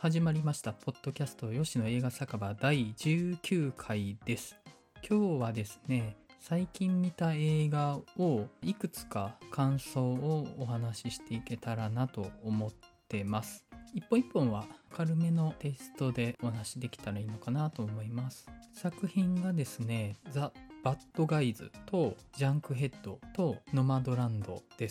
始まりましたポッドキャスト吉野映画酒場第19回です。今日はですね、最近見た映画をいくつか感想をお話ししていけたらなと思ってます。一本一本は軽めのテイストでお話できたらいいのかなと思います。作品がですね、ザ・バッドガイズとジャンクヘッドとノマドランドです。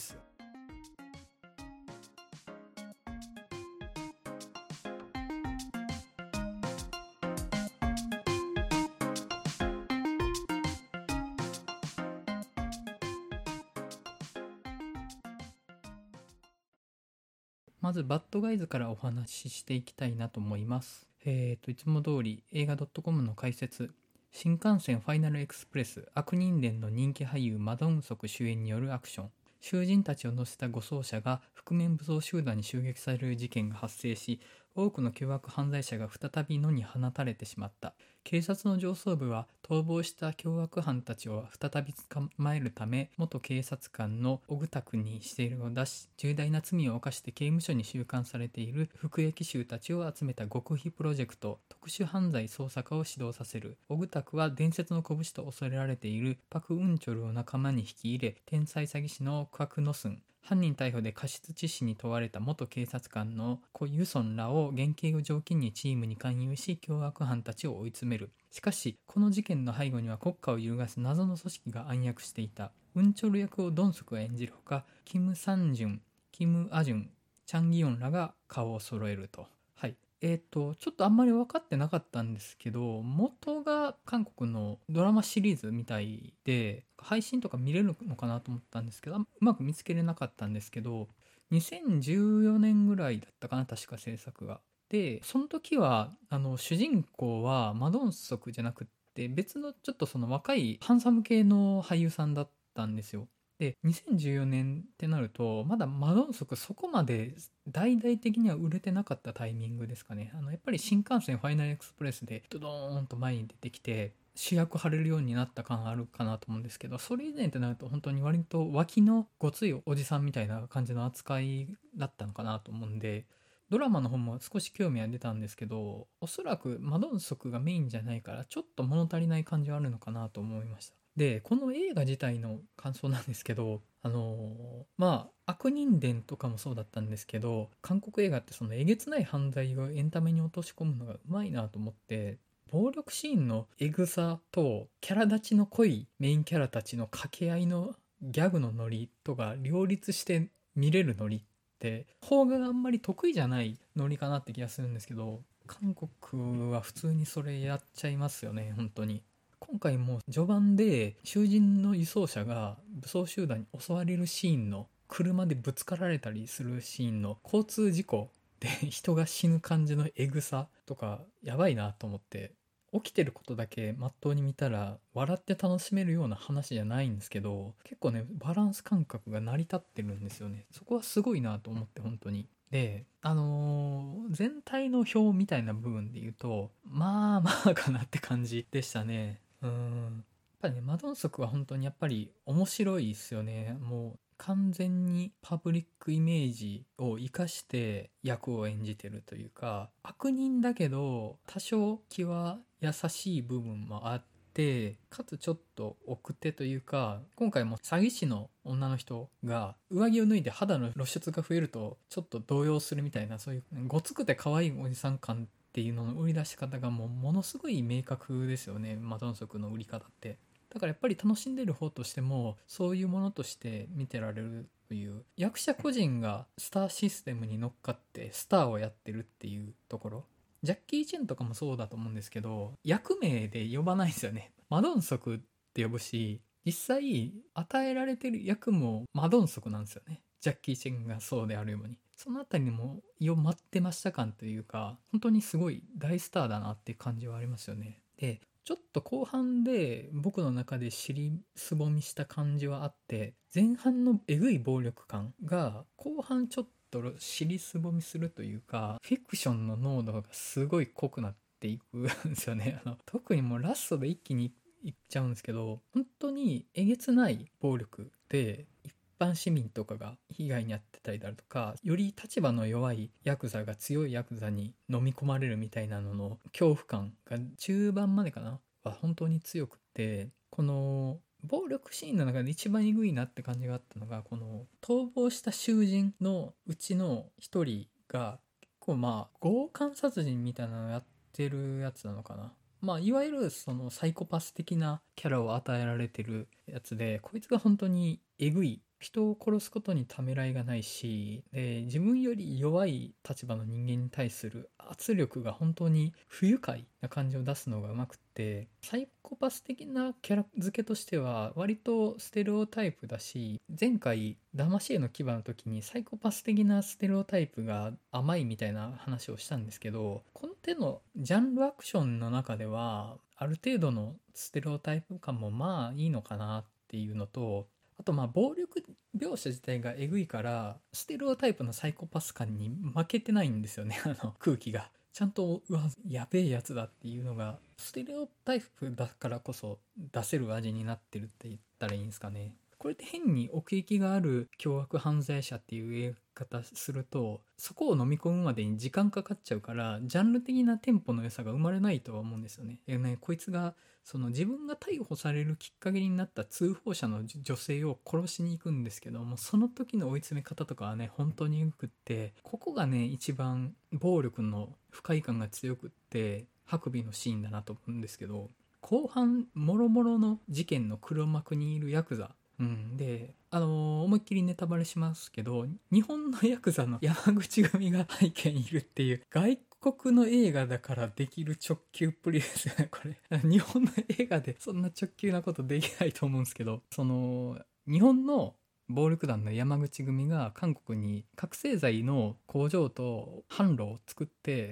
まずバッドガイズからお話ししていきたいなと思います。いつも通り映画 .com の解説。新幹線ファイナルエクスプレス、悪人伝の人気俳優マドンソク主演によるアクション。囚人たちを乗せた護送車が覆面武装集団に襲撃される事件が発生し、多くの凶悪犯罪者が再び野に放たれてしまった。警察の上層部は逃亡した凶悪犯たちを再び捕まえるため、元警察官のオグタクに指令を出し、重大な罪を犯して刑務所に収監されている服役囚たちを集めた極秘プロジェクト、特殊犯罪捜査課を指導させる。オグタクは伝説の拳と恐れられているパク・ウンチョルを仲間に引き入れ、天才詐欺師のクアク・ノスン、犯人逮捕で過失致死に問われた元警察官のコ・ユソンらを減刑を条件にチームに勧誘し、凶悪犯たちを追い詰める。しかし、この事件の背後には国家を揺るがす謎の組織が暗躍していた。ウンチョル役をドンソクが演じるほか、キム・サンジュン、キム・アジュン、チャン・ギヨンらが顔を揃えると。はい。ちょっとあんまり分かってなかったんですけど、元が韓国のドラマシリーズみたいで、配信とか見れるのかなと思ったんですけど、うまく見つけれなかったんですけど、2014年ぐらいだったかな、確か制作が。で、その時は、主人公はマドンソクじゃなくって、別のちょっとその若いハンサム系の俳優さんだったんですよ。で、2014年ってなると、まだマドンソクそこまで大々的には売れてなかったタイミングですかね。やっぱり新幹線ファイナルエクスプレスでドドーンと前に出てきて、主役張れるようになった感あるかなと思うんですけど、それ以前ってなると本当に割と脇のごついおじさんみたいな感じの扱いだったのかなと思うんで、ドラマの方も少し興味は出たんですけど、おそらくマドンソクがメインじゃないからちょっと物足りない感じはあるのかなと思いました。で、この映画自体の感想なんですけど、悪人伝とかもそうだったんですけど、韓国映画ってそのえげつない犯罪をエンタメに落とし込むのがうまいなと思って、暴力シーンのエグさとキャラ立ちの濃いメインキャラたちの掛け合いのギャグのノリとか両立して見れるノリって邦画があんまり得意じゃないノリかなって気がするんですけど、韓国は普通にそれやっちゃいますよね、本当に。今回も序盤で囚人の輸送車が武装集団に襲われるシーンの車でぶつかられたりするシーンの交通事故で人が死ぬ感じのエグさとかやばいなと思って、起きてることだけまっとうに見たら笑って楽しめるような話じゃないんですけど、結構ねバランス感覚が成り立ってるんですよね。そこはすごいなと思って、本当に。で、全体の表みたいな部分で言うと、まあまあかなって感じでしたね。やっぱりね、マドンソクは本当にやっぱり面白いですよね。もう完全にパブリックイメージを生かして役を演じてるというか、悪人だけど多少気は優しい部分もあって、かつちょっと奥手というか、今回も詐欺師の女の人が上着を脱いで肌の露出が増えるとちょっと動揺するみたいな、そういうごつくて可愛いおじさん感っていうのの売り出し方がものすごい明確ですよね、マドンソクの売り方って。だからやっぱり楽しんでる方としてもそういうものとして見てられるという、役者個人がスターシステムに乗っかってスターをやってるっていうところ、ジャッキー・チェンとかもそうだと思うんですけど、役名で呼ばないですよね。マドンソクって呼ぶし、実際与えられてる役もマドンソクなんですよね。ジャッキー・チェンがそうであるように、そのあたりにもよ待ってました感というか、本当にすごい大スターだなっていう感じはありますよね。で、ちょっと後半で僕の中で尻すぼみした感じはあって、前半のえぐい暴力感が後半ちょっと尻すぼみするというか、フィクションの濃度がすごい濃くなっていくんですよね。特にもうラストで一気にいっちゃうんですけど、本当にえげつない暴力で、一般市民とかが被害に遭ってたりだとか、より立場の弱いヤクザが強いヤクザに飲み込まれるみたいなのの恐怖感が中盤までかなは本当に強くて、この暴力シーンの中で一番えぐいなって感じがあったのが、この逃亡した囚人のうちの一人が結構強姦殺人みたいなのをやってるやつなのかな。いわゆるそのサイコパス的なキャラを与えられてるやつで、こいつが本当にえぐい、人を殺すことにためらいがないし、で自分より弱い立場の人間に対する圧力が本当に不愉快な感じを出すのがうまくって、サイコパス的なキャラ付けとしては割とステレオタイプだし、前回騙し絵の牙の時にサイコパス的なステレオタイプが甘いみたいな話をしたんですけど、この手のジャンルアクションの中ではある程度のステレオタイプ感もいいのかなっていうのと、あと暴力描写自体がえぐいからステレオタイプのサイコパス感に負けてないんですよね。空気がちゃんとやべえやつだっていうのがステレオタイプだからこそ出せる味になってるって言ったらいいんですかね。これで変に奥行きがある凶悪犯罪者っていう描き方すると、そこを飲み込むまでに時間かかっちゃうから、ジャンル的なテンポの良さが生まれないとは思うんですよね。こいつがその自分が逮捕されるきっかけになった通報者の女性を殺しに行くんですけども、その時の追い詰め方とかはね本当によくって、ここがね一番暴力の不快感が強くってハクビのシーンだなと思うんですけど、後半もろもろの事件の黒幕にいるヤクザ、で思いっきりネタバレしますけど、日本のヤクザの山口組が背景にいるっていう外国の映画だからできる直球っぷりですよね、これ。日本の映画でそんな直球なことできないと思うんですけど、その日本の暴力団の山口組が韓国に覚醒剤の工場と販路を作って、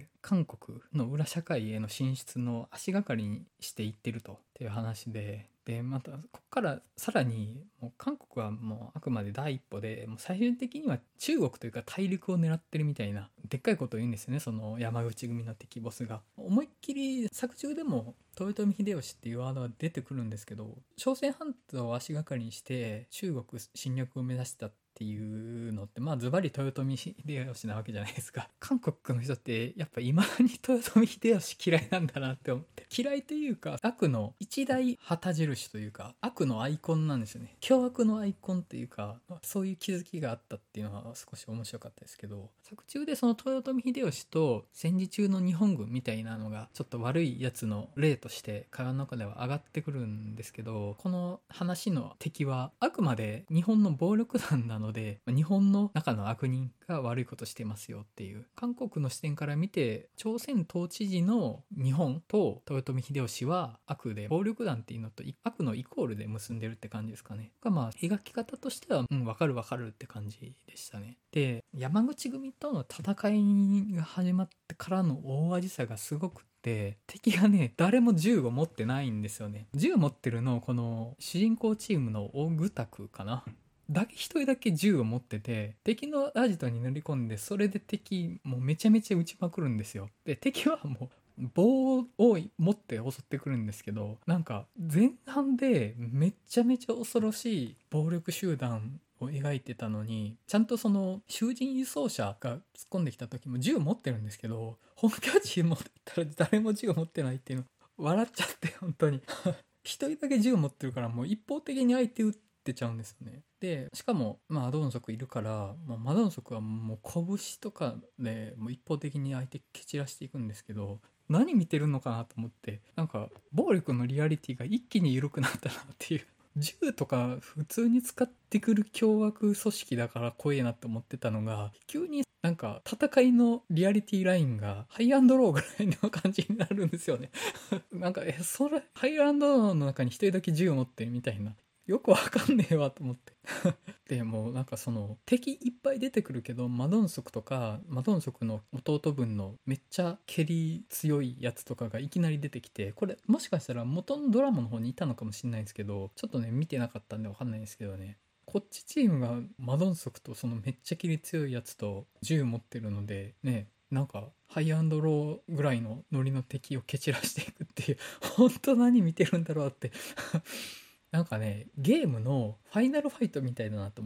韓国の裏社会への進出の足がかりにしていってるとっていう話で、またここからさらにもう韓国はもうあくまで第一歩で、もう最終的には中国というか大陸を狙ってるみたいなでっかいことを言うんですよね、その山口組の敵ボスが。思いっきり作中でも豊臣秀吉っていうワードが出てくるんですけど、朝鮮半島を足がかりにして中国侵略を目指したっていうのってズバリ豊臣秀吉なわけじゃないですか。韓国の人ってやっぱ未だに豊臣秀吉嫌いなんだなって思って、嫌いというか悪の一大旗印というか悪のアイコンなんですよね。凶悪のアイコンっていうか、そういう気づきがあったっていうのは少し面白かったですけど、作中でその豊臣秀吉と戦時中の日本軍みたいなのがちょっと悪いやつの例として会話の中では上がってくるんですけど、この話の敵はあくまで日本の暴力団なので、日本の中の悪人が悪いことしてますよっていう、韓国の視点から見て朝鮮統治時の日本と豊臣秀吉は悪で、暴力団っていうのと悪のイコールで結んでるって感じですかね。が描き方としてはわかるわかるって感じでしたね。で、山口組との戦いが始まってからの大味さがすごくって、敵がね誰も銃を持ってないんですよね。銃持ってるのこの主人公チームのオグタクかなだけ、一人だけ銃を持ってて、敵のアジトに乗り込んで、それで敵もうめちゃめちゃ撃ちまくるんですよ。で、敵はもう棒を持って襲ってくるんですけど、なんか前半でめちゃめちゃ恐ろしい暴力集団を描いてたのに、ちゃんとその囚人輸送車が突っ込んできた時も銃持ってるんですけど、本拠地持ったら誰も銃持ってないっていうの笑っちゃって、本当に一人だけ銃持ってるから、もう一方的に相手撃ってちゃうんですよね。でしかもマドンソクいるから、マドンソクはもう拳とかでもう一方的に相手蹴散らしていくんですけど、何見てるのかなと思って、なんか暴力のリアリティが一気に緩くなったなっていう。銃とか普通に使ってくる凶悪組織だから怖えなって思ってたのが、急になんか戦いのリアリティラインがハイアンドローぐらいの感じになるんですよね。なんかそれハイアンドローの中に一人だけ銃を持ってるみたいな、よくわかんねえわと思ってでもなんかその敵いっぱい出てくるけど、マドンソクとかマドンソクの弟分のめっちゃ蹴り強いやつとかがいきなり出てきて、これもしかしたら元のドラマの方にいたのかもしれないんですけど、ちょっとね見てなかったんでわかんないんですけどね、こっちチームがマドンソクとそのめっちゃ蹴り強いやつと銃持ってるのでね、なんかハイアンドローぐらいのノリの敵を蹴散らしていくっていう、本当何見てるんだろうってなんかねゲームのファイナルファイトみたいだなと思っ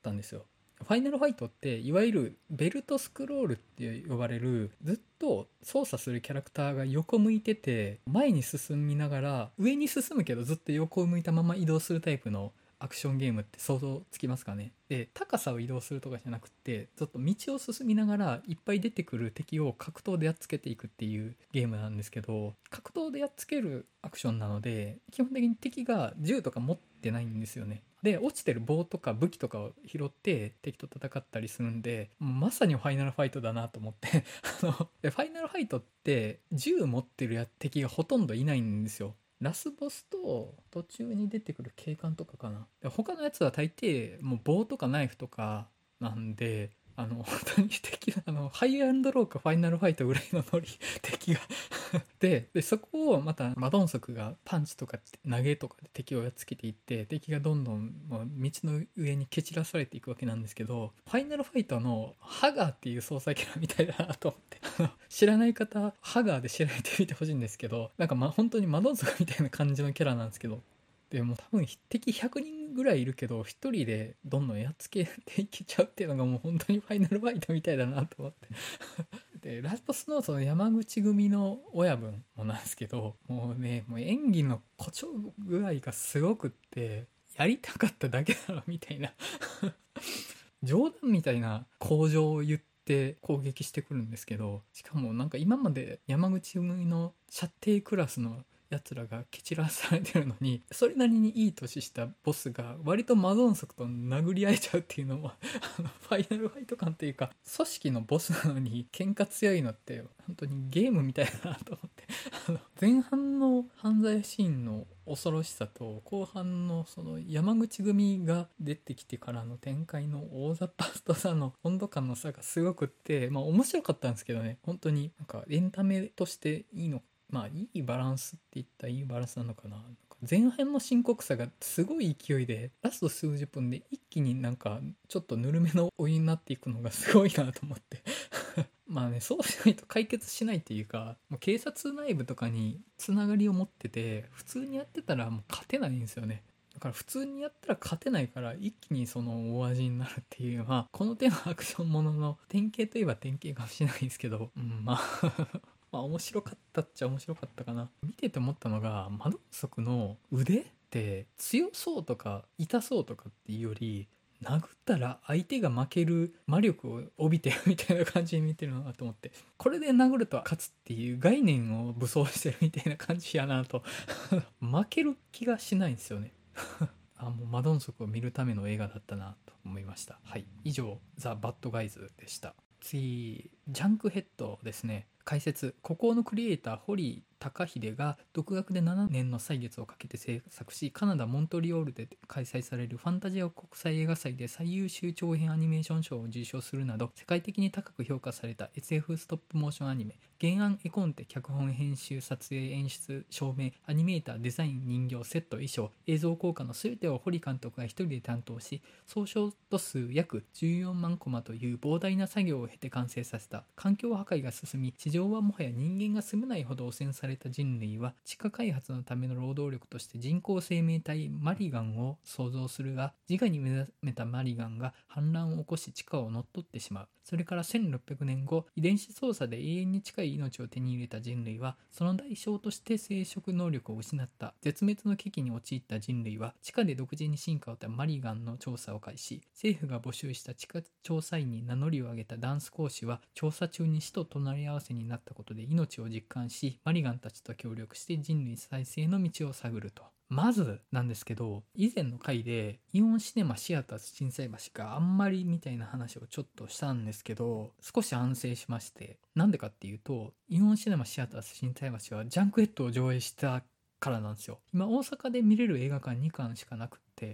ったんですよ。ファイナルファイトっていわゆるベルトスクロールって呼ばれる、ずっと操作するキャラクターが横向いてて前に進みながら上に進むけどずっと横を向いたまま移動するタイプのアクションゲームって想像つきますかね。で、高さを移動するとかじゃなくて、ずっと道を進みながらいっぱい出てくる敵を格闘でやっつけていくっていうゲームなんですけど、格闘でやっつけるアクションなので基本的に敵が銃とか持ってないんですよね。で、落ちてる棒とか武器とかを拾って敵と戦ったりするんで、もうまさにファイナルファイトだなと思ってでファイナルファイトって銃持ってる敵がほとんどいないんですよ。ラスボスと途中に出てくる警官とかかな。で他のやつは大抵もう棒とかナイフとかなんで、本当に敵がハイアンドローかファイナルファイトぐらいのノリ敵がでそこをまたマドンソクがパンチとか投げとかで敵をやっつけていって、敵がどんどんもう道の上に蹴散らされていくわけなんですけど、ファイナルファイトのハガーっていう操作キャラみたいだなと思って知らない方ハガーで調べてみてほしいんですけど、なんか本当にマドンソクみたいな感じのキャラなんですけど、でも多分敵100人ぐらいいるけど1人でどんどんやっつけていけちゃうっていうのがもう本当にファイナルファイトみたいだなと思ってでラスボスのその山口組の親分もなんですけど、もうね、もう演技の誇張具合がすごくって、やりたかっただけだろみたいな冗談みたいな口上を言って攻撃してくるんですけど、しかもなんか今まで山口組の射程クラスのやつらが蹴散らされてるのに、それなりにいい年したボスが割とマドンソクと殴り合えちゃうっていうのもファイナルファイト感というか、組織のボスなのに喧嘩強いのって本当にゲームみたいだなと思って前半の犯罪シーンの恐ろしさと後半のその山口組が出てきてからの展開の大雑把とさの温度感の差がすごくって、まあ面白かったんですけどね、本当になんかエンタメとしていいの、まあいいバランスって言ったらいいバランスなのかな。なんか前半の深刻さがすごい勢いでラスト数十分で一気になんかちょっとぬるめのお湯になっていくのがすごいなと思ってまあね、そうしないと解決しないっていうか、もう警察内部とかにつながりを持ってて普通にやってたらもう勝てないんですよね。だから普通にやったら勝てないから一気にその大味になるっていう、まあこの手のアクションものの典型といえば典型かもしれないんですけど、まあまあ面白かったっちゃ面白かったかな。見てて思ったのが、マドンソクの腕って強そうとか痛そうとかっていうより、殴ったら相手が負ける魔力を帯びてるみたいな感じに見てるなと思って、これで殴ると勝つっていう概念を武装してるみたいな感じやなと負ける気がしないんですよねもうマドンソクを見るための映画だったなと思いました。はい、以上ザ・バッドガイズでした。次、ジャンクヘッドですね。解説。孤高のクリエイター堀高秀が独学で7年の歳月をかけて制作し、カナダ・モントリオールで開催されるファンタジア国際映画祭で最優秀長編アニメーション賞を受賞するなど世界的に高く評価された SF ストップモーションアニメ、原案絵コンテ、脚本編集、撮影演出、照明、アニメーター、デザイン、人形、セット、衣装、映像効果の全てを堀監督が一人で担当し、総ショット数約14万コマという膨大な作業を経て完成させた。環境破壊が進み、地上はもはや人間が住めないほど汚染された人類は、地下開発のための労働力として人工生命体マリガンを創造するが、自我に目覚めたマリガンが反乱を起こし地下を乗っ取ってしまう。それから1600年後、遺伝子操作で永遠に近い命を手に入れた人類は、その代償として生殖能力を失った。絶滅の危機に陥った人類は、地下で独自に進化をしたマリガンの調査を開始。政府が募集した地下調査員に名乗りを上げたダンス講師は、調査中に死と隣り合わせになったことで命を実感し、マリガンたちと協力して人類再生の道を探ると。まずなんですけど、以前の回でイオンシネマシアターズ心斎橋があんまりみたいな話をちょっとしたんですけど、少し反省しまして、なんでかっていうと、イオンシネマシアターズ心斎橋はジャンクヘッドを上映したからなんですよ。今大阪で見れる映画館2館しかなくって、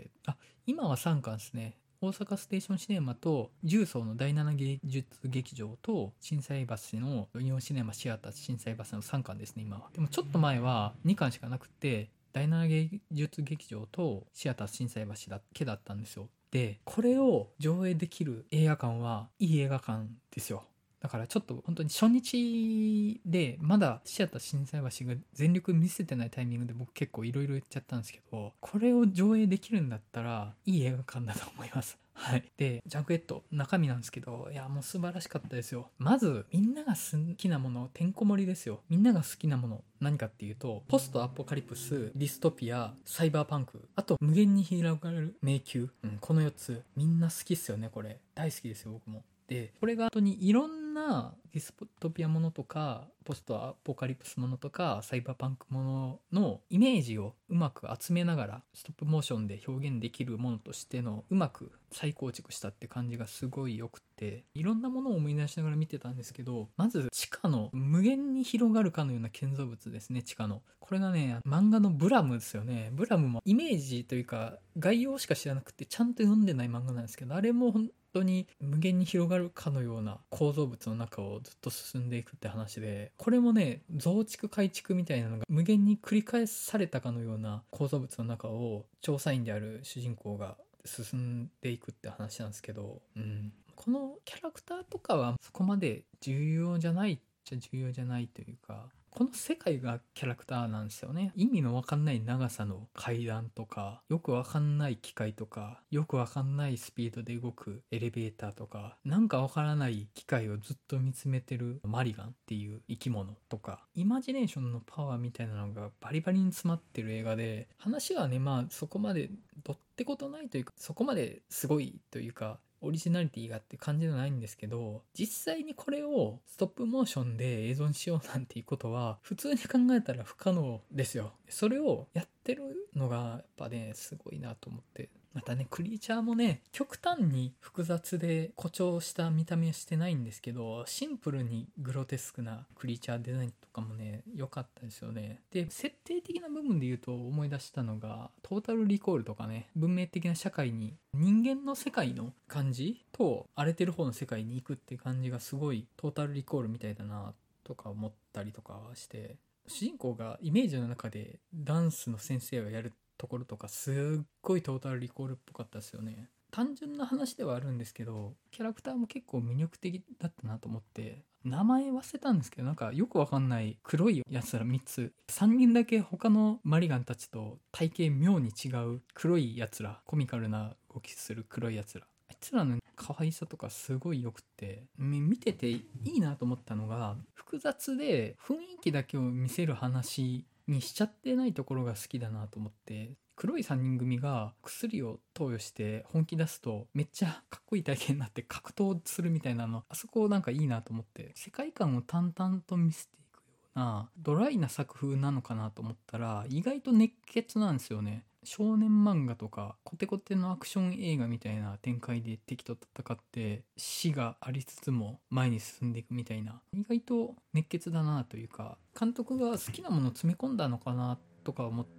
今は3館ですね。大阪ステーションシネマと重曹の第7芸術劇場と心斎橋のイオンシネマシアターズ心斎橋の3館ですね、今は。でもちょっと前は2館しかなくて、第7芸術劇場とシアター心斎橋だけだったんですよ。で、これを上映できる映画館はいい映画館ですよ。 だからちょっと本当に初日でまだシアター心斎橋が全力見せてないタイミングで僕結構いろいろ言っちゃったんですけど、これを上映できるんだったらいい映画館だと思います。はい。で、ジャンクヘッド、中身なんですけど、いや、もう素晴らしかったですよ。まず、みんなが好きなもの、てんこ盛りですよ。みんなが好きなもの、何かっていうと、ポストアポカリプス、ディストピア、サイバーパンク、あと、無限に広がる迷宮。この4つ、みんな好きっすよね、これ。大好きですよ、僕も。で、これが本当にいろんなディストピアものとか、ポストアポカリプスものとか、サイバーパンクもののイメージをうまく集めながら、ストップモーションで表現できるものとしてのうまく再構築したって感じがすごい良くて、いろんなものを思い出しながら見てたんですけど、まず地下の無限に広がるかのような建造物ですね、地下の。これがね、漫画のブラムですよね。ブラムもイメージというか概要しか知らなくてちゃんと読んでない漫画なんですけど、あれも本当に無限に広がるかのような構造物の中をずっと進んでいくって話で、これもね、増築改築みたいなのが無限に繰り返されたかのような構造物の中を調査員である主人公が進んでいくって話なんですけど、このキャラクターとかはそこまで重要じゃないっちゃ重要じゃないというか、この世界がキャラクターなんですよね。意味のわかんない長さの階段とか、よくわかんない機械とか、よくわかんないスピードで動くエレベーターとか、なんかわからない機械をずっと見つめてるマリガンっていう生き物とか、イマジネーションのパワーみたいなのがバリバリに詰まってる映画で、話はね、まあそこまでどってことないというか、そこまですごいというか、オリジナリティがって感じじゃないんですけど、実際にこれをストップモーションで映像にしようなんていうことは普通に考えたら不可能ですよ。それをやってるのがやっぱね、すごいなと思って。またね、クリーチャーもね、極端に複雑で誇張した見た目はしてないんですけど、シンプルにグロテスクなクリーチャーデザインとかもね、良かったですよね。で、設定的な部分で言うと思い出したのが、トータルリコールとかね、文明的な社会に人間の世界の感じと荒れてる方の世界に行くって感じがすごいトータルリコールみたいだなとか思ったりとかして、主人公がイメージの中でダンスの先生をやるところとかすっごいトータルリコールっぽかったですよね。単純な話ではあるんですけど、キャラクターも結構魅力的だったなと思って、名前忘れたんですけど、なんかよくわかんない黒いやつら3つ、3人だけ他のマリガンたちと体型妙に違う黒いやつら、コミカルな動きする黒いやつら、あいつらの可愛さとかすごい良くて、見てていいなと思ったのが、複雑で雰囲気だけを見せる話にしちゃってないところが好きだなと思って、黒い3人組が薬を投与して本気出すとめっちゃかっこいい体験になって格闘するみたいなの、あそこなんかいいなと思って、世界観を淡々と見せていくようなドライな作風なのかなと思ったら、意外と熱血なんですよね。少年漫画とかコテコテのアクション映画みたいな展開で敵と戦って死がありつつも前に進んでいくみたいな、意外と熱血だなというか、監督が好きなものを詰め込んだのかなとか思って、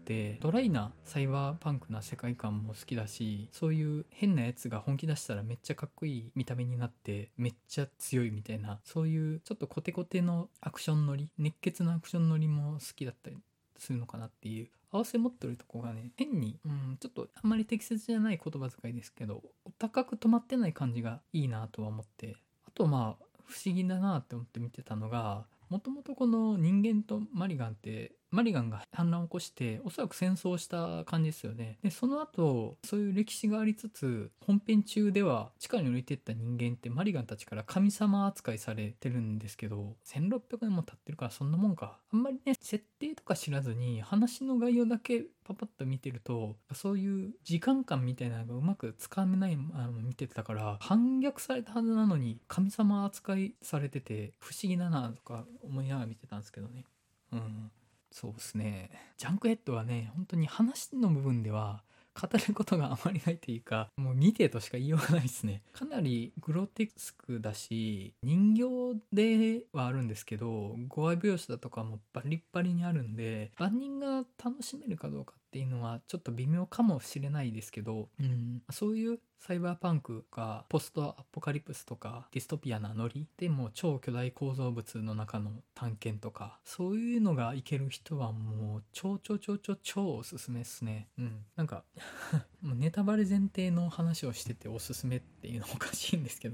ドライなサイバーパンクな世界観も好きだし、そういう変なやつが本気出したらめっちゃかっこいい見た目になってめっちゃ強いみたいな、そういうちょっとコテコテのアクション乗り、熱血なアクション乗りも好きだったりするのかなっていう、合わせ持ってるとこがね、変に、ちょっとあんまり適切じゃない言葉遣いですけど、お高く止まってない感じがいいなとは思って、あとまあ不思議だなって思って見てたのが、もともとこの人間とマリガンって、マリガンが反乱を起こしておそらく戦争した感じですよね。でその後そういう歴史がありつつ、本編中では地下に降りてった人間ってマリガンたちから神様扱いされてるんですけど、1600年も経ってるからそんなもんか。あんまりね、設定とか知らずに話の概要だけパパッと見てると、そういう時間感みたいなのがうまくつかめない見てたから、反逆されたはずなのに神様扱いされてて不思議だなとか思いながら見てたんですけどね。そうですね。ジャンクヘッドはね、本当に話の部分では語ることがあまりないというか、もう見てとしか言いようがないですね。かなりグロテスクだし、人形ではあるんですけど、語話描写だとかもバリッバリにあるんで、万人が楽しめるかどうかっていうのはちょっと微妙かもしれないですけど、そういうサイバーパンクかポストアポカリプスとかディストピアなノリでも超巨大構造物の中の探検とか、そういうのがいける人はもう超おすすめですね。なんかもうネタバレ前提の話をしてておすすめっていうのもおかしいんですけど、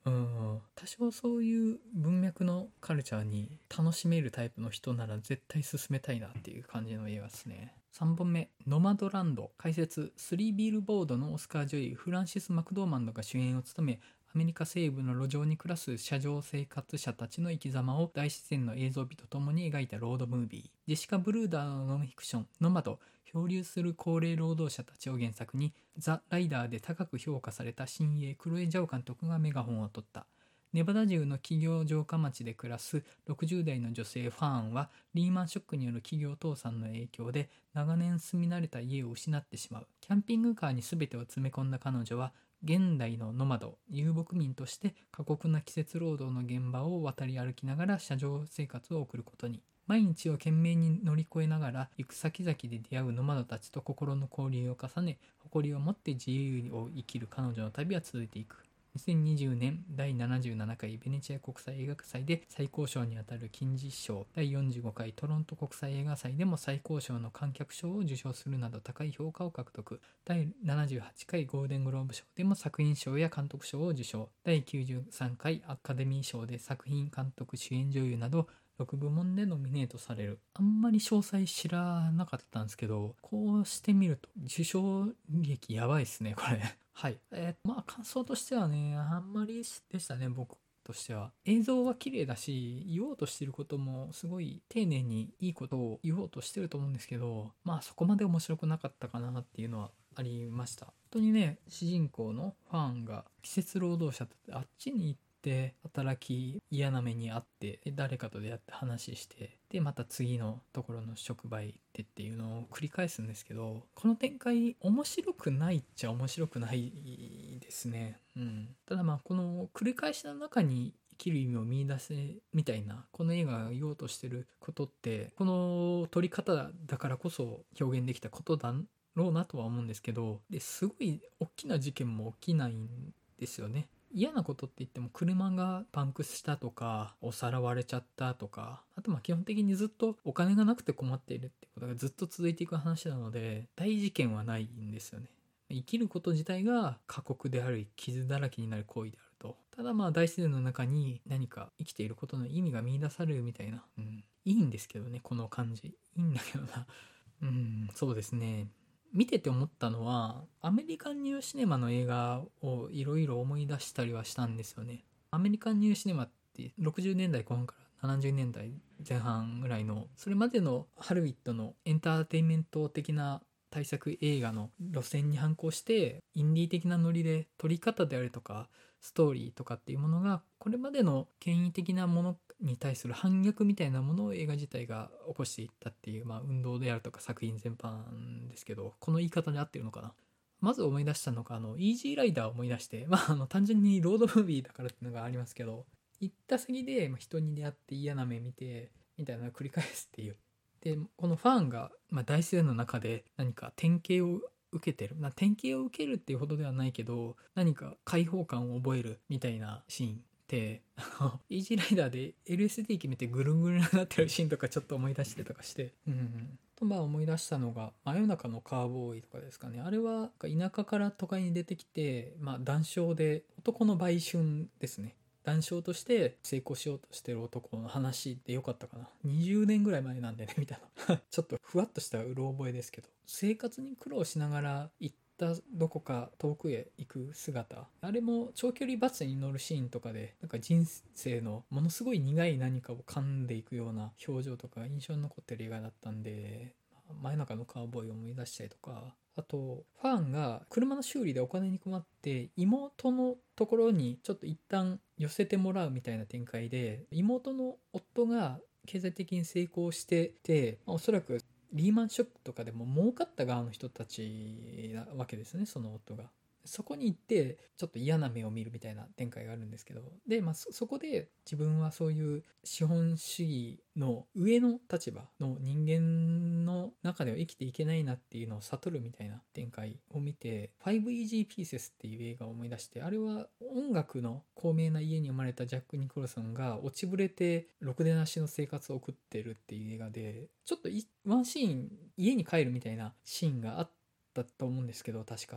多少そういう文脈のカルチャーに楽しめるタイプの人なら絶対進めたいなっていう感じの映画ですね。3本目、ノマドランド。解説、スリービルボードのオスカー女優フランシス・マクドーマンドが主演を務め、アメリカ西部の路上に暮らす車上生活者たちの生き様を大自然の映像美とともに描いたロードムービー。ジェシカ・ブルーダーのノンフィクション、ノマド。漂流する高齢労働者たちを原作に、ザ・ライダーで高く評価された新鋭クロエ・ジャオ監督がメガホンを取った。ネバダ州の企業城下町で暮らす60代の女性ファーンは、リーマンショックによる企業倒産の影響で長年住み慣れた家を失ってしまう。キャンピングカーに全てを詰め込んだ彼女は、現代のノマド、遊牧民として過酷な季節労働の現場を渡り歩きながら車上生活を送ることに。毎日を懸命に乗り越えながら行く先々で出会うノマドたちと心の交流を重ね、誇りを持って自由を生きる彼女の旅は続いていく。2020年第77回ベネチア国際映画祭で最高賞にあたる金獅子賞、第45回トロント国際映画祭でも最高賞の観客賞を受賞するなど高い評価を獲得。第78回ゴールデングローブ賞でも作品賞や監督賞を受賞。第93回アカデミー賞で作品監督主演女優など6部門でノミネートされる。あんまり詳細知らなかったんですけど、こうしてみると受賞劇やばいっすね、これ。はい。感想としてはね、あんまりでしたね、僕としては。映像は綺麗だし、言おうとしてることもすごい丁寧にいいことを言おうとしてると思うんですけど、そこまで面白くなかったかなっていうのはありました。本当にね、主人公のファンが季節労働者ってあっちに行って働き嫌な目にあって誰かと出会って話してでまた次のところの職場へ行ってっていうのを繰り返すんですけど、この展開面白くないっちゃ面白くないですね。ただこの繰り返しの中に生きる意味を見出せみたいなこの映画が言おうとしてることってこの撮り方だからこそ表現できたことだろうなとは思うんですけど、ですごい大きな事件も起きないんですよね。嫌なことって言っても車がパンクしたとかお皿割れちゃったとか、あと基本的にずっとお金がなくて困っているってことがずっと続いていく話なので大事件はないんですよね。生きること自体が過酷である傷だらけになる行為であると。ただ大自然の中に何か生きていることの意味が見出されるみたいな、いいんですけどね、この感じいいんだけどな。そうですね。見てて思ったのはアメリカンニューシネマの映画をいろいろ思い出したりはしたんですよね。アメリカンニューシネマって60年代後半から70年代前半ぐらいのそれまでのハリウッドのエンターテインメント的な大作映画の路線に反抗してインディー的なノリで撮り方であるとかストーリーとかっていうものがこれまでの権威的なものに対する反逆みたいなものを映画自体が起こしていったっていう、運動であるとか作品全般ですけど、この言い方で合ってるのかな。まず思い出したのがイージーライダーを思い出して、単純にロードムービーだからっていうのがありますけど、行った先で人に出会って嫌な目見てみたいなのを繰り返すっていう。でこのファンが、大自然の中で何か典型を受けてる、典型を受けるっていうほどではないけど何か解放感を覚えるみたいなシーンってイージーライダーで LSD 決めてぐるんぐるんになってるシーンとかちょっと思い出してとかして、と思い出したのが真夜中のカーボーイとかですかね。あれは田舎から都会に出てきて、談笑で男の売春ですね。談笑として成功しようとしてる男の話でよかったかな。20年ぐらい前なんでねみたいなちょっとふわっとしたうろ覚えですけど、生活に苦労しながら行ったどこか遠くへ行く姿、あれも長距離バスに乗るシーンとかで人生のものすごい苦い何かを噛んでいくような表情とか印象に残ってる映画だったんで、真夜中のカウボーイを思い出したりとか、あとファンが車の修理でお金に困って妹のところにちょっと一旦寄せてもらうみたいな展開で、妹の夫が経済的に成功してて、おそらくリーマンショックとかでも儲かった側の人たちなわけですね、その夫が。そこに行ってちょっと嫌な目を見るみたいな展開があるんですけど、で、そこで自分はそういう資本主義の上の立場の人間の中では生きていけないなっていうのを悟るみたいな展開を見て 5EG Pieces っていう映画を思い出して、あれは音楽の高名な家に生まれたジャック・ニコルソンが落ちぶれてろくでなしの生活を送ってるっていう映画で、ちょっとワンシーン家に帰るみたいなシーンがあったと思うんですけど、確か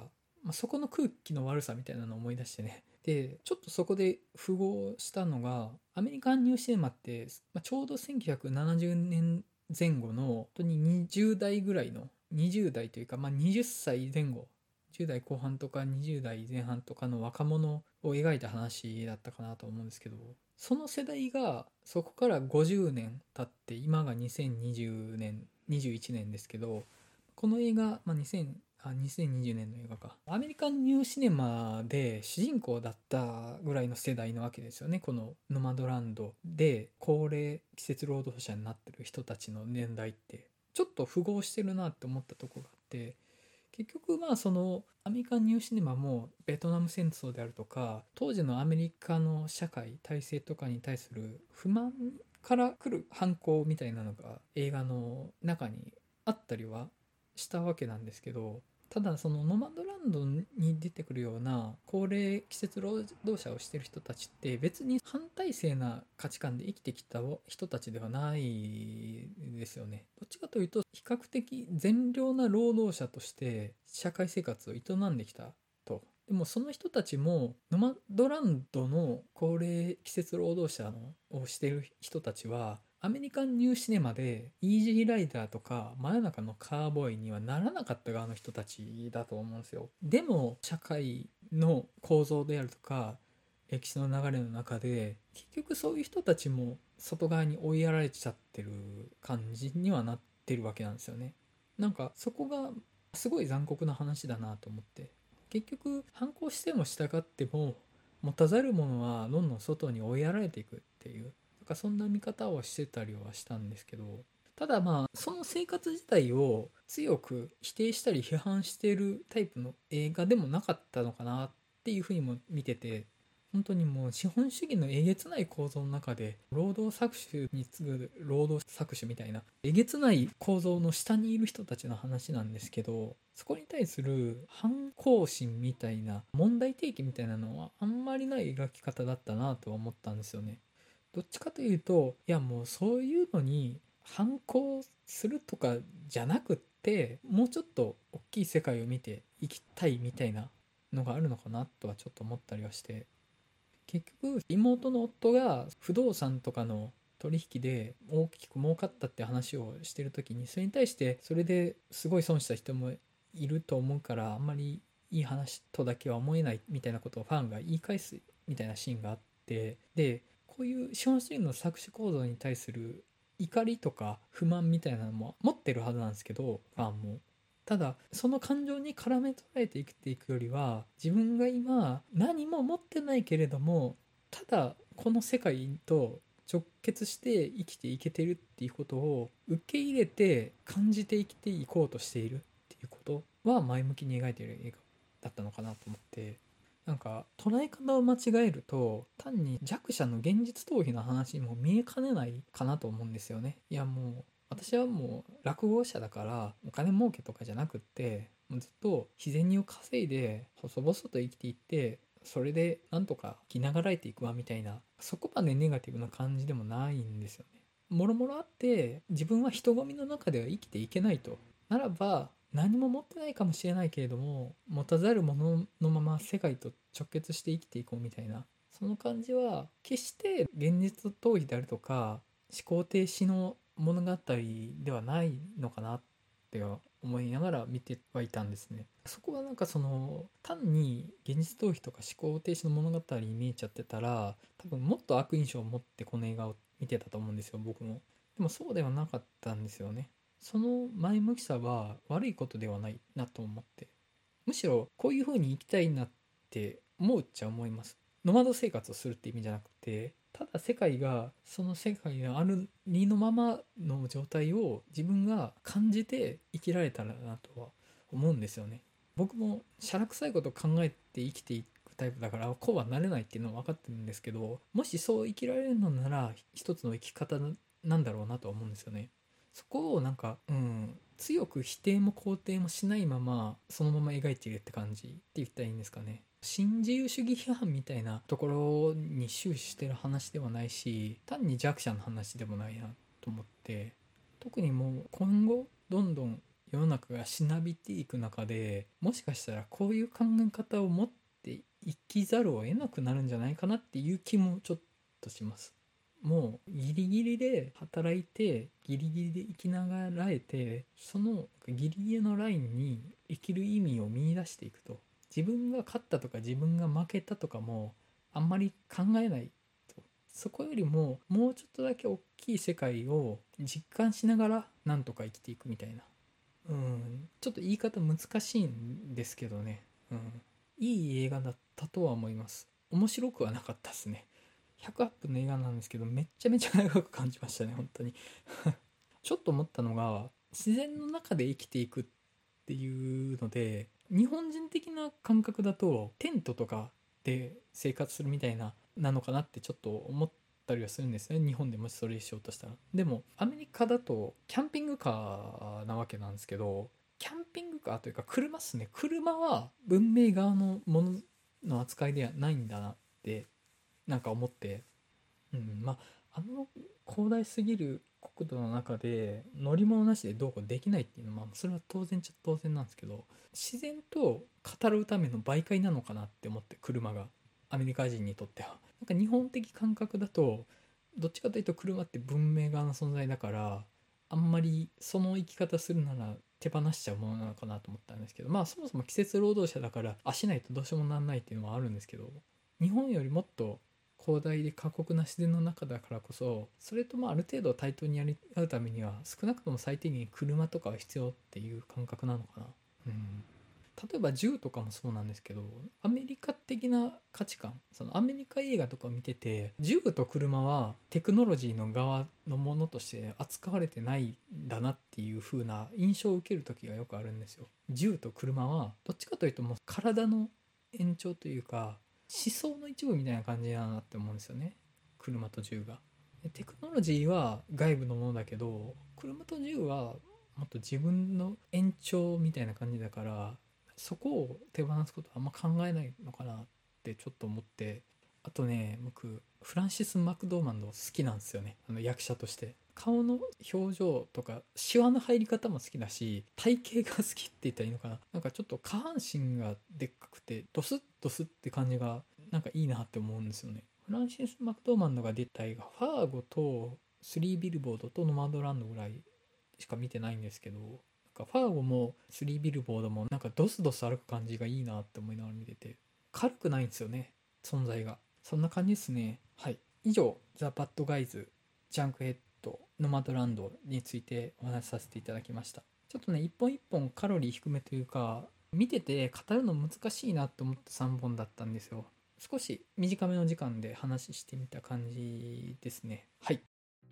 そこの空気の悪さみたいなのを思い出してね。でちょっとそこで符合したのが、アメリカンニューシネマって、ちょうど1970年前後の本当に20代ぐらいの、20代というか、20歳前後、10代後半とか20代前半とかの若者を描いた話だったかなと思うんですけど、その世代がそこから50年経って今が2020年21年ですけど、この映画、2020年の映画か、アメリカンニューシネマで主人公だったぐらいの世代なわけですよね。このノマドランドで高齢季節労働者になってる人たちの年代ってちょっと符合してるなって思ったとこがあって、結局そのアメリカンニューシネマもベトナム戦争であるとか当時のアメリカの社会体制とかに対する不満から来る反抗みたいなのが映画の中にあったりはしたわけなんですけど、ただそのノマドランドに出てくるような高齢季節労働者をしてる人たちって別に反体制な価値観で生きてきた人たちではないですよね。どっちかというと比較的善良な労働者として社会生活を営んできたと。でもその人たちもノマドランドの高齢季節労働者をしてる人たちはアメリカンニューシネマでイージーライダーとか真夜中のカーボーイにはならなかった側の人たちだと思うんですよ。でも社会の構造であるとか歴史の流れの中で結局そういう人たちも外側に追いやられちゃってる感じにはなってるわけなんですよね。なんかそこがすごい残酷な話だなと思って、結局反抗しても従っても持たざる者はどんどん外に追いやられていくっていう、なんかそんな見方をしてたりはしたんですけど、ただその生活自体を強く否定したり批判しているタイプの映画でもなかったのかなっていうふうにも見てて、本当にもう資本主義のえげつない構造の中で労働搾取に次ぐ労働搾取みたいなえげつない構造の下にいる人たちの話なんですけど、そこに対する反抗心みたいな問題提起みたいなのはあんまりない描き方だったなとは思ったんですよね。どっちかというと、いやもうそういうのに反抗するとかじゃなくって、もうちょっと大きい世界を見ていきたいみたいなのがあるのかなとはちょっと思ったりはして、結局妹の夫が不動産とかの取引で大きく儲かったって話をしてる時に、それに対してそれですごい損した人もいると思うからあんまりいい話とだけは思えないみたいなことをファンが言い返すみたいなシーンがあって、でこういう資本主義の搾取構造に対する怒りとか不満みたいなのも持ってるはずなんですけど、ファンも。ただその感情に絡め捉えて生きていくよりは、自分が今何も持ってないけれどもただこの世界と直結して生きていけてるっていうことを受け入れて感じて生きていこうとしているっていうことは前向きに描いている映画だったのかなと思って、なんか捉え方を間違えると単に弱者の現実逃避の話にも見えかねないかなと思うんですよね。いやもう私はもう落語者だからお金儲けとかじゃなくって、もうずっと日銭を稼いで細々と生きていってそれでなんとか生きながらえていくわみたいな、そこまでネガティブな感じでもないんですよね。もろもろあって自分は人混みの中では生きていけないと、ならば何も持ってないかもしれないけれども持たざるもののまま世界と直結して生きていこうみたいな、その感じは決して現実逃避であるとか思考停止の物語ではないのかなって思いながら見てはいたんですね。そこはなんかその単に現実逃避とか思考停止の物語に見えちゃってたら多分もっと悪印象を持ってこの映画を見てたと思うんですよ、僕も。でもそうではなかったんですよね。その前向きさは悪いことではないなと思って、むしろこういう風に生きたいなって思うっちゃ思います。ノマド生活をするって意味じゃなくて、ただ世界がその世界のある理のままの状態を自分が感じて生きられたらなとは思うんですよね。僕もしゃらくさいことを考えて生きていくタイプだからこうはなれないっていうのは分かってるんですけど、もしそう生きられるのなら一つの生き方なんだろうなとは思うんですよね。そこをなんか、強く否定も肯定もしないままそのまま描いているって感じって言ったらいいんですかね。新自由主義批判みたいなところに終始してる話ではないし、単に弱者の話でもないなと思って、特にもう今後どんどん世の中がしなびていく中で、もしかしたらこういう考え方を持って生きざるを得なくなるんじゃないかなっていう気もちょっとします。もうギリギリで働いてギリギリで生きながらえて、そのギリギリのラインに生きる意味を見出していくと、自分が勝ったとか自分が負けたとかもあんまり考えないと、そこよりももうちょっとだけ大きい世界を実感しながらなんとか生きていくみたいな、ちょっと言い方難しいんですけどね、いい映画だったとは思います。面白くはなかったですね。108分の映画なんですけど、めっちゃめちゃ長く感じましたね、本当に。ちょっと思ったのが、自然の中で生きていくっていうので、日本人的な感覚だとテントとかで生活するみたいなのかなってちょっと思ったりはするんですね、日本でもしそれしようとしたら。でもアメリカだとキャンピングカーなわけなんですけど、キャンピングカーというか車っすね。車は文明側のものの扱いではないんだなってなんか思って、まあ広大すぎる国土の中で乗り物なしでどうこうできないっていうのは、それは当然っちゃ当然なんですけど、自然と語るための媒介なのかなって思って、車がアメリカ人にとってはなんか日本的感覚だと、どっちかというと車って文明側の存在だから、あんまりその生き方するなら手放しちゃうものなのかなと思ったんですけど、そもそも季節労働者だから足ないとどうしようもなんないっていうのはあるんですけど、日本よりもっと広大で過酷な自然の中だからこそ、それとある程度対等にやり合うためには少なくとも最低限車とかは必要っていう感覚なのかな。例えば銃とかもそうなんですけど、アメリカ的な価値観、そのアメリカ映画とかを見てて、銃と車はテクノロジーの側のものとして扱われてないんだなっていう風な印象を受ける時がよくあるんですよ。銃と車はどっちかというともう体の延長というか思想の一部みたいな感じだなって思うんですよね、車と銃が。テクノロジーは外部のものだけど、車と銃はもっと自分の延長みたいな感じだから、そこを手放すことはあんま考えないのかなってちょっと思って。あとね、僕フランシス・マクドーマンド好きなんですよね、役者として。顔の表情とかシワの入り方も好きだし、体型が好きって言ったらいいのかな、なんかちょっと下半身がでっかくてドスッドスッって感じがなんかいいなって思うんですよね。フランシス・マクドーマンドが出た映画、ファーゴとスリービルボードとノマドランドぐらいしか見てないんですけど、なんかファーゴもスリービルボードもなんかドスドス歩く感じがいいなって思いながら見てて、軽くないんですよね、存在が。そんな感じですね。はい、以上ザ・バッドガイズ、ジャンクヘッド、ノマドランドについてお話しさせていただきました。ちょっとね、一本一本カロリー低めというか、見てて語るの難しいなと思った3本だったんですよ。少し短めの時間で話してみた感じですね。はい。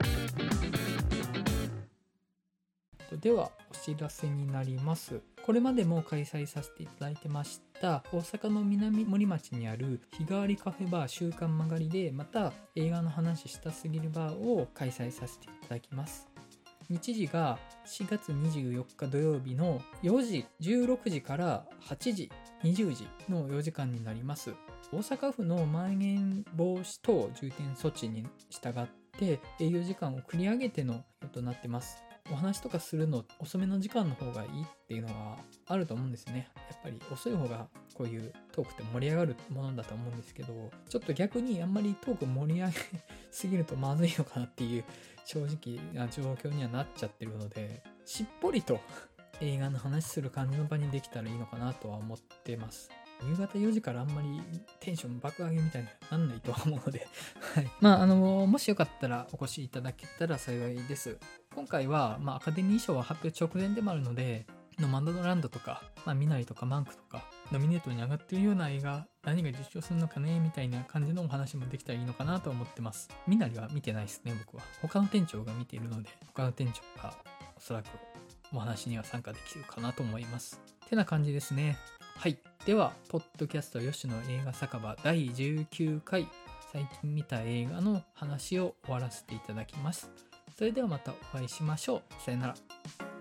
ではお知らせになります。これまでも開催させていただいてました大阪の南森町にある日替わりカフェバー週刊曲がりで、また映画の話したすぎるバーを開催させていただきます。日時が4月24日土曜日の4時16時から8時20時の4時間になります。大阪府のまん延防止等重点措置に従って営業時間を繰り上げての予定となってます。お話とかするの遅めの時間の方がいいっていうのがあると思うんですね。やっぱり遅い方がこういうトークって盛り上がるものだと思うんですけど、ちょっと逆にあんまりトーク盛り上げすぎるとまずいのかなっていう正直な状況にはなっちゃってるので、しっぽりと映画の話する感じの場にできたらいいのかなとは思ってます。夕方4時からあんまりテンション爆上げみたいになんないとは思うのではい、もしよかったらお越しいただけたら幸いです。今回は、アカデミー賞は発表直前でもあるので、ノマドランドとか、ミナリとかマンクとかノミネートに上がっているような映画、何が受賞するのかねみたいな感じのお話もできたらいいのかなと思ってます。ミナリは見てないですね、僕は。他の店長が見ているので、他の店長がおそらくお話には参加できるかなと思います。てな感じですね。はい。では、ポッドキャスト吉野映画酒場第19回、最近見た映画の話を終わらせていただきます。それではまたお会いしましょう。さよなら。